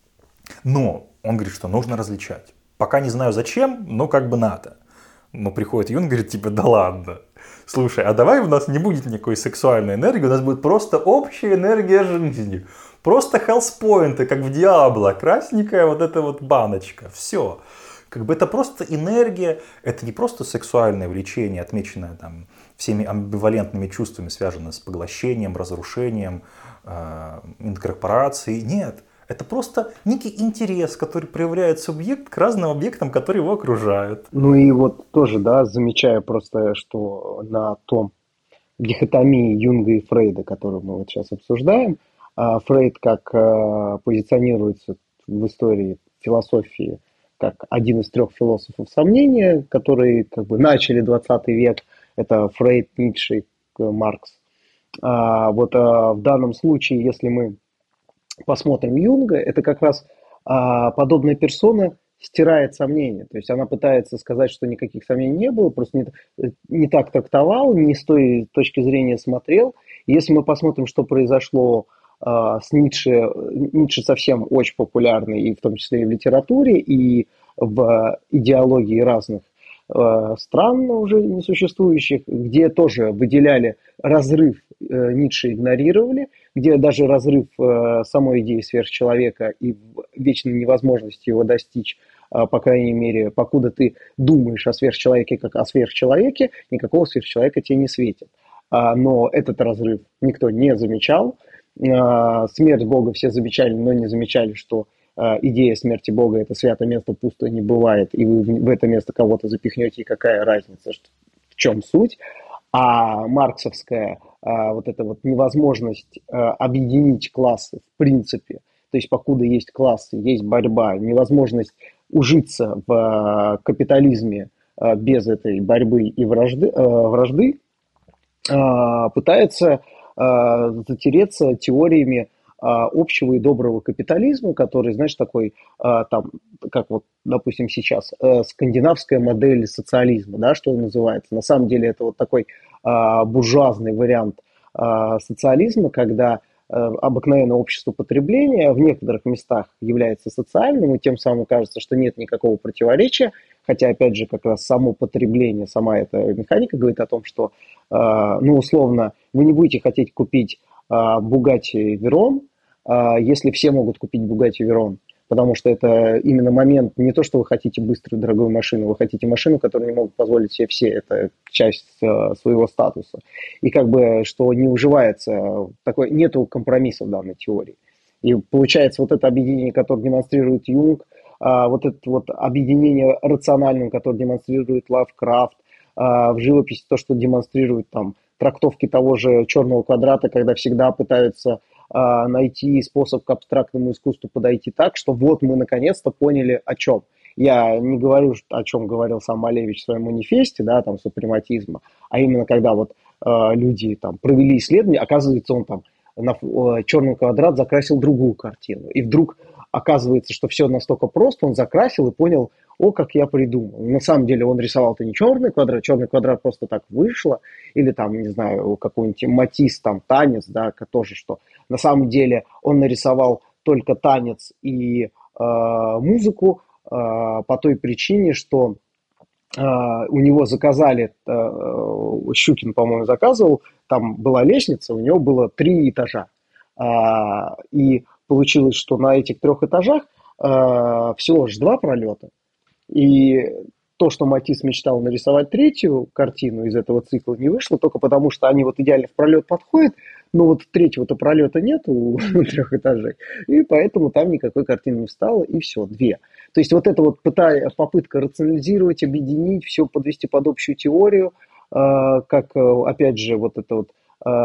Но он говорит, что нужно различать. Пока не знаю зачем, но как бы надо. Но приходит Юнг и говорит, типа, да ладно. Слушай, а давай у нас не будет никакой сексуальной энергии, у нас будет просто общая энергия жизни. Просто хелспоинты, как в Диабло, красненькая вот эта вот баночка. Все. Как бы это просто энергия, это не просто сексуальное влечение, отмеченное там всеми амбивалентными чувствами, связанное с поглощением, разрушением, э, инкорпорацией. Нет. Это просто некий интерес, который проявляет субъект к разным объектам, которые его окружают. Ну и вот тоже, да, замечая просто, что на том дихотомии Юнга и Фрейда, которую мы вот сейчас обсуждаем, Фрейд как позиционируется в истории философии как один из трех философов сомнения, которые как бы начали двадцатый век, это Фрейд, Ницше, Маркс. А вот а в данном случае, если мы посмотрим Юнга, это как раз а, подобная персона стирает сомнения. То есть она пытается сказать, что никаких сомнений не было, просто не, не так трактовал, не с той точки зрения смотрел. И если мы посмотрим, что произошло а, с Ницше, Ницше совсем очень популярный, и в том числе и в литературе, и в идеологии разных а, стран уже несуществующих, где тоже выделяли разрыв, а, Ницше игнорировали, где даже разрыв э, самой идеи сверхчеловека и вечной невозможности его достичь, э, по крайней мере, покуда ты думаешь о сверхчеловеке как о сверхчеловеке, никакого сверхчеловека тебе не светит. А, но этот разрыв никто не замечал. А, смерть Бога все замечали, но не замечали, что а, идея смерти Бога — это святое место, пусто не бывает, и вы в, в это место кого-то запихнете, и какая разница, что, в чем суть. А марксовская а, вот эта вот невозможность а, объединить классы в принципе, то то есть покуда есть классы, есть борьба, невозможность ужиться в капитализме без этой борьбы и вражды, вражды пытается затереться теориями общего и доброго капитализма, который, знаешь, такой, там, как вот, допустим, сейчас, скандинавская модель социализма, да, что называется. На самом деле это вот такой буржуазный вариант социализма, когда обыкновенное общество потребления в некоторых местах является социальным, и тем самым кажется, что нет никакого противоречия, хотя, опять же, как раз само потребление, сама эта механика говорит о том, что, ну, условно, вы не будете хотеть купить Bugatti Veyron, если все могут купить Bugatti Veyron, потому что это именно момент не то, что вы хотите быструю дорогую машину, вы хотите машину, которую не могут позволить себе все, это часть своего статуса. И как бы, что не уживается, такой, нету компромисса в данной теории. И получается вот это объединение, которое демонстрирует Юнг, вот это вот объединение рациональным, которое демонстрирует Лавкрафт, в живописи то, что демонстрирует там трактовки того же черного квадрата, когда всегда пытаются э, найти способ к абстрактному искусству подойти так, что вот мы наконец-то поняли о чем. Я не говорю, о чем говорил сам Малевич в своем манифесте, да, там, супрематизма, а именно когда вот э, люди там провели исследование, оказывается, он там на э, черный квадрат закрасил другую картину. И вдруг оказывается, что все настолько просто, он закрасил и понял, о, как я придумал. На самом деле он рисовал-то не черный квадрат, черный квадрат просто так вышло, или там, не знаю, какой-нибудь Матисс, там, танец, да, тоже что. На самом деле он нарисовал только танец и э, музыку э, по той причине, что э, у него заказали, э, Щукин, по-моему, заказывал, там была лестница, у него было три этажа. Э, и получилось, что на этих трех этажах э, всего лишь два пролета. И то, что Матисс мечтал нарисовать третью картину из этого цикла, не вышло, только потому, что они вот идеально в пролет подходят, но вот третьего-то пролета нет у трех этажей, и поэтому там никакой картины не встало, и все, две. То есть вот эта вот попытка рационализировать, объединить, все подвести под общую теорию, как, опять же, вот это вот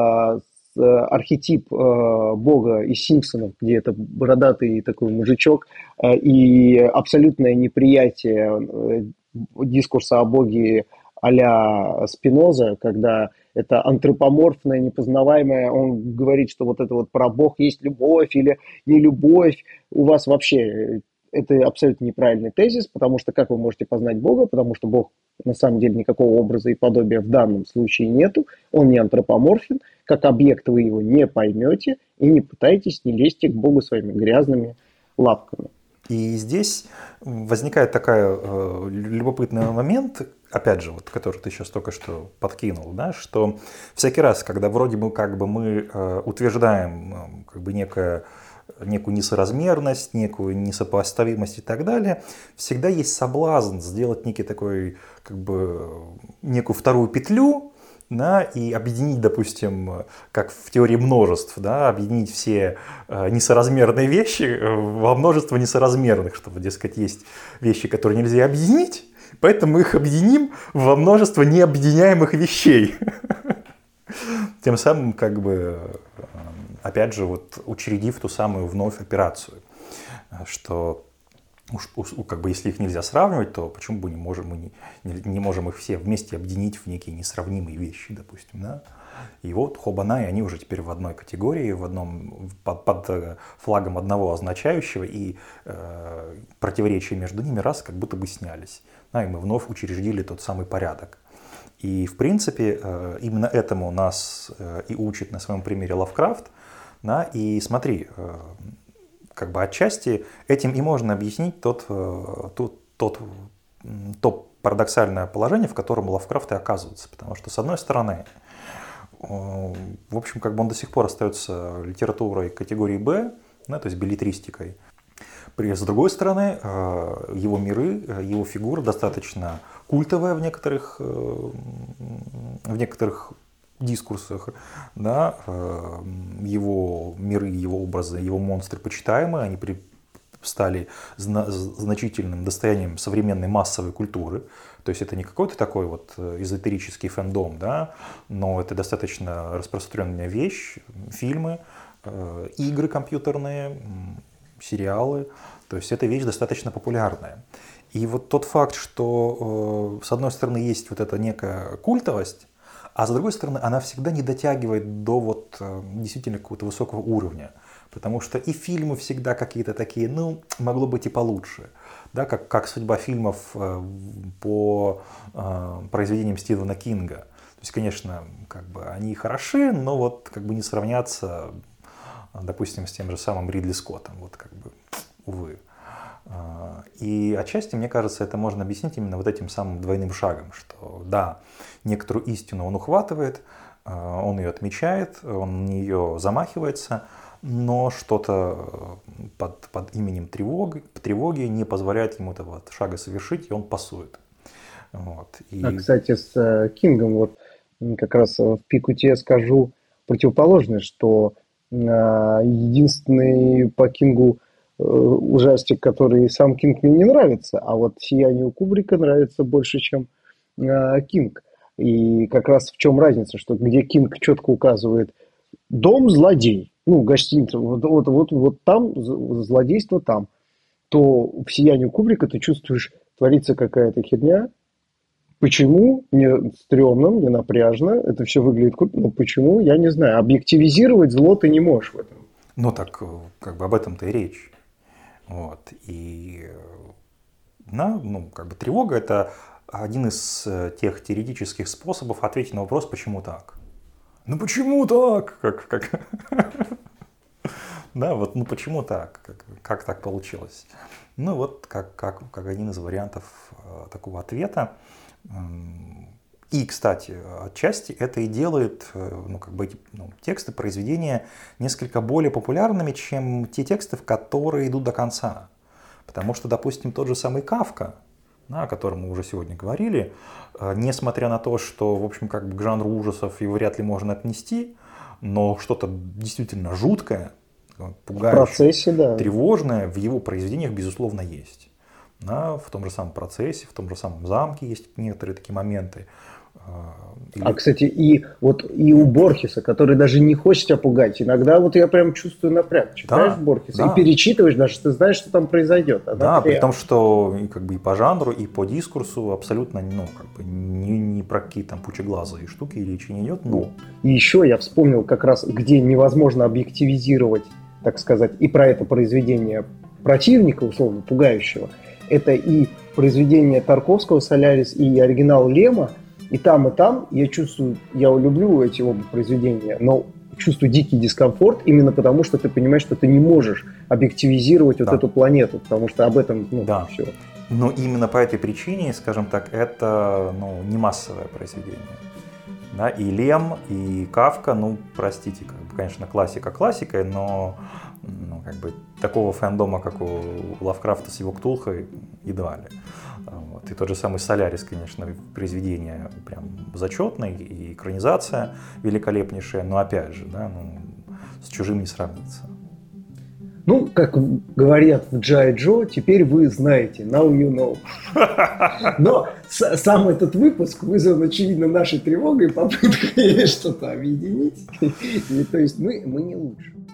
архетип э, Бога из «Симпсонов», где это бородатый такой мужичок, э, и абсолютное неприятие э, дискурса о Боге а-ля Спиноза, когда это антропоморфное, непознаваемое, он говорит, что вот это вот про Бог есть любовь или не любовь, у вас вообще это абсолютно неправильный тезис, потому что как вы можете познать Бога, потому что Бог на самом деле никакого образа и подобия в данном случае нету, он не антропоморфен, как объект вы его не поймете и не пытайтесь, не лезьте к Богу своими грязными лапками. И здесь возникает такой э, любопытный момент, опять же, вот, который ты сейчас только что подкинул, да, что всякий раз, когда вроде бы как бы мы э, утверждаем э, как бы некое некую несоразмерность, некую несопоставимость и так далее, всегда есть соблазн сделать некий такой, как бы, некую вторую петлю, да, и объединить, допустим, как в теории множеств, да, объединить все несоразмерные вещи во множество несоразмерных, чтобы, дескать, есть вещи, которые нельзя объединить, поэтому мы их объединим во множество необъединяемых вещей. Тем самым, как бы, опять же, вот учредив ту самую вновь операцию, что уж, как бы, если их нельзя сравнивать, то почему бы не можем, мы не, не можем их все вместе объединить в некие несравнимые вещи, допустим, да? И вот хобана, и они уже теперь в одной категории, в одном, под, под флагом одного означающего, и э, противоречия между ними раз как будто бы снялись, да, и мы вновь учредили тот самый порядок. И, в принципе, именно этому нас и учит на своем примере Лавкрафт. Да? И смотри, как бы отчасти этим и можно объяснить тот, тот, тот, то парадоксальное положение, в котором Лавкрафт и оказывается. Потому что, с одной стороны, в общем, как бы он до сих пор остается литературой категории «Б», да, то есть беллетристикой. С другой стороны, его миры, его фигура достаточно культовая в некоторых, в некоторых дискурсах, да, его миры, его образы, его монстры почитаемые, они стали значительным достоянием современной массовой культуры. То есть это не какой-то такой вот эзотерический фэндом, да, но это достаточно распространенная вещь, фильмы, игры компьютерные, сериалы. То есть эта вещь достаточно популярная. И вот тот факт, что э, с одной стороны есть вот эта некая культовость, а с другой стороны она всегда не дотягивает до вот э, действительно какого-то высокого уровня. Потому что и фильмы всегда какие-то такие, ну, могло быть и получше. Да, как, как судьба фильмов э, по э, произведениям Стивена Кинга. То есть, конечно, как бы они хороши, но вот как бы не сравнятся, допустим, с тем же самым Ридли Скоттом. Вот как бы, увы. И отчасти, мне кажется, это можно объяснить именно вот этим самым двойным шагом, что да, некоторую истину он ухватывает, он ее отмечает, он на нее замахивается, но что-то под, под именем тревоги, тревоги не позволяет ему этого шага совершить, и он пасует. Вот. И... А, кстати, с э, Кингом вот как раз в пику тебе скажу противоположное, что э, единственный по Кингу ужастик, который сам Кинг мне не нравится, а вот «Сияние» у Кубрика нравится больше, чем э, Кинг. И как раз в чем разница, что где Кинг четко указывает «дом злодей», ну, гостиница, вот, вот, вот, вот там, злодейство там, то в «Сиянии» у Кубрика ты чувствуешь, творится какая-то херня. Почему? Мне стрёмно, мне напряжно, это все выглядит круто, но почему? Я не знаю. Объективизировать зло ты не можешь в этом. Ну, так как бы об этом-то и речь. Вот. И да, ну, как бы тревога – это один из тех теоретических способов ответить на вопрос, почему так. Ну почему так? Как, как... Да, вот ну почему так? Как, как так получилось? Ну вот как, как, как один из вариантов такого ответа. И, кстати, отчасти это и делает ну, как бы, ну, тексты, произведения несколько более популярными, чем те тексты, в которые идут до конца. Потому что, допустим, тот же самый Кафка, да, о котором мы уже сегодня говорили, несмотря на то, что, в общем, как бы к жанру ужасов его вряд ли можно отнести, но что-то действительно жуткое, пугающее, в процессе, да, тревожное в его произведениях, безусловно, есть. Да, в том же самом «Процессе», в том же самом «Замке» есть некоторые такие моменты. Или... А, кстати, и вот и у Борхеса, который даже не хочет тебя пугать, иногда вот я прям чувствую напряг. Читаешь да, Борхеса да. и перечитываешь, даже ты знаешь, что там произойдет. А да, при том, что и, как бы, и по жанру, и по дискурсу абсолютно ну, как бы, не, не про какие там пучеглазые штуки речи не идет. Но... И еще я вспомнил как раз, где невозможно объективизировать, так сказать, и про это произведение противника, условно, пугающего. Это и произведение Тарковского «Солярис», и оригинал Лема. И там, и там я чувствую, я люблю эти оба произведения, но чувствую дикий дискомфорт именно потому, что ты понимаешь, что ты не можешь объективизировать да. вот эту планету, потому что об этом ну, да. все. Но именно по этой причине, скажем так, это ну, не массовое произведение. Да? И Лем, и Кафка, ну, простите, конечно, классика классикой, но ну, как бы, такого фэндома, как у Лавкрафта с его Ктулхой, едва ли. Вот. И тот же самый «Солярис», конечно, произведение прям зачетное, и экранизация великолепнейшая, но опять же, да, ну, с «Чужим» не сравнится. Ну, как говорят в Джай Джо, теперь вы знаете, now you know. Но с- сам этот выпуск вызван, очевидно, нашей тревогой, попыткой что-то объединить. И, то есть мы, мы не лучше.